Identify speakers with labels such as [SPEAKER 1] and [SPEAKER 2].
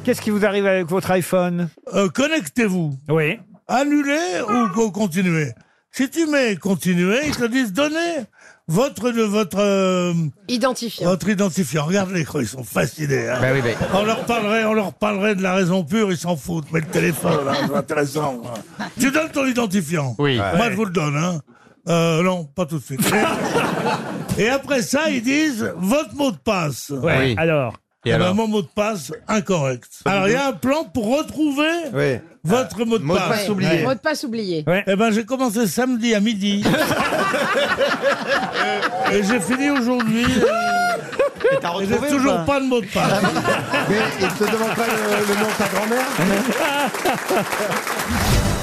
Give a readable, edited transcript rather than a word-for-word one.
[SPEAKER 1] Qu'est-ce qui vous arrive avec votre iPhone?
[SPEAKER 2] Connectez-vous.
[SPEAKER 1] Oui.
[SPEAKER 2] Annuler ou continuer. Si tu mets continuer, ils te disent donnez votre
[SPEAKER 3] Identifiant.
[SPEAKER 2] votre identifiant. Regarde l'écran, ils sont fascinés. Hein.
[SPEAKER 4] Ben oui,
[SPEAKER 2] On leur parlerait de la raison pure, ils s'en foutent. Mais le téléphone, là, c'est intéressant. Tu donnes ton identifiant.
[SPEAKER 4] Oui.
[SPEAKER 2] Moi, je vous le donne. Hein. Non, pas tout de suite. Et après ça, ils disent votre mot de passe.
[SPEAKER 1] Ouais.
[SPEAKER 4] Oui.
[SPEAKER 1] Alors.
[SPEAKER 4] Et alors
[SPEAKER 2] Mon mot de passe incorrect. Alors, il y a un plan pour retrouver votre mot de
[SPEAKER 4] mot de
[SPEAKER 2] passe.
[SPEAKER 4] passe oublié.
[SPEAKER 3] Mot de passe oublié.
[SPEAKER 2] Eh ben, j'ai commencé samedi à midi. Et j'ai fini aujourd'hui. Et j'ai toujours pas de mot de passe.
[SPEAKER 4] Mais il te demande pas le nom de ta grand-mère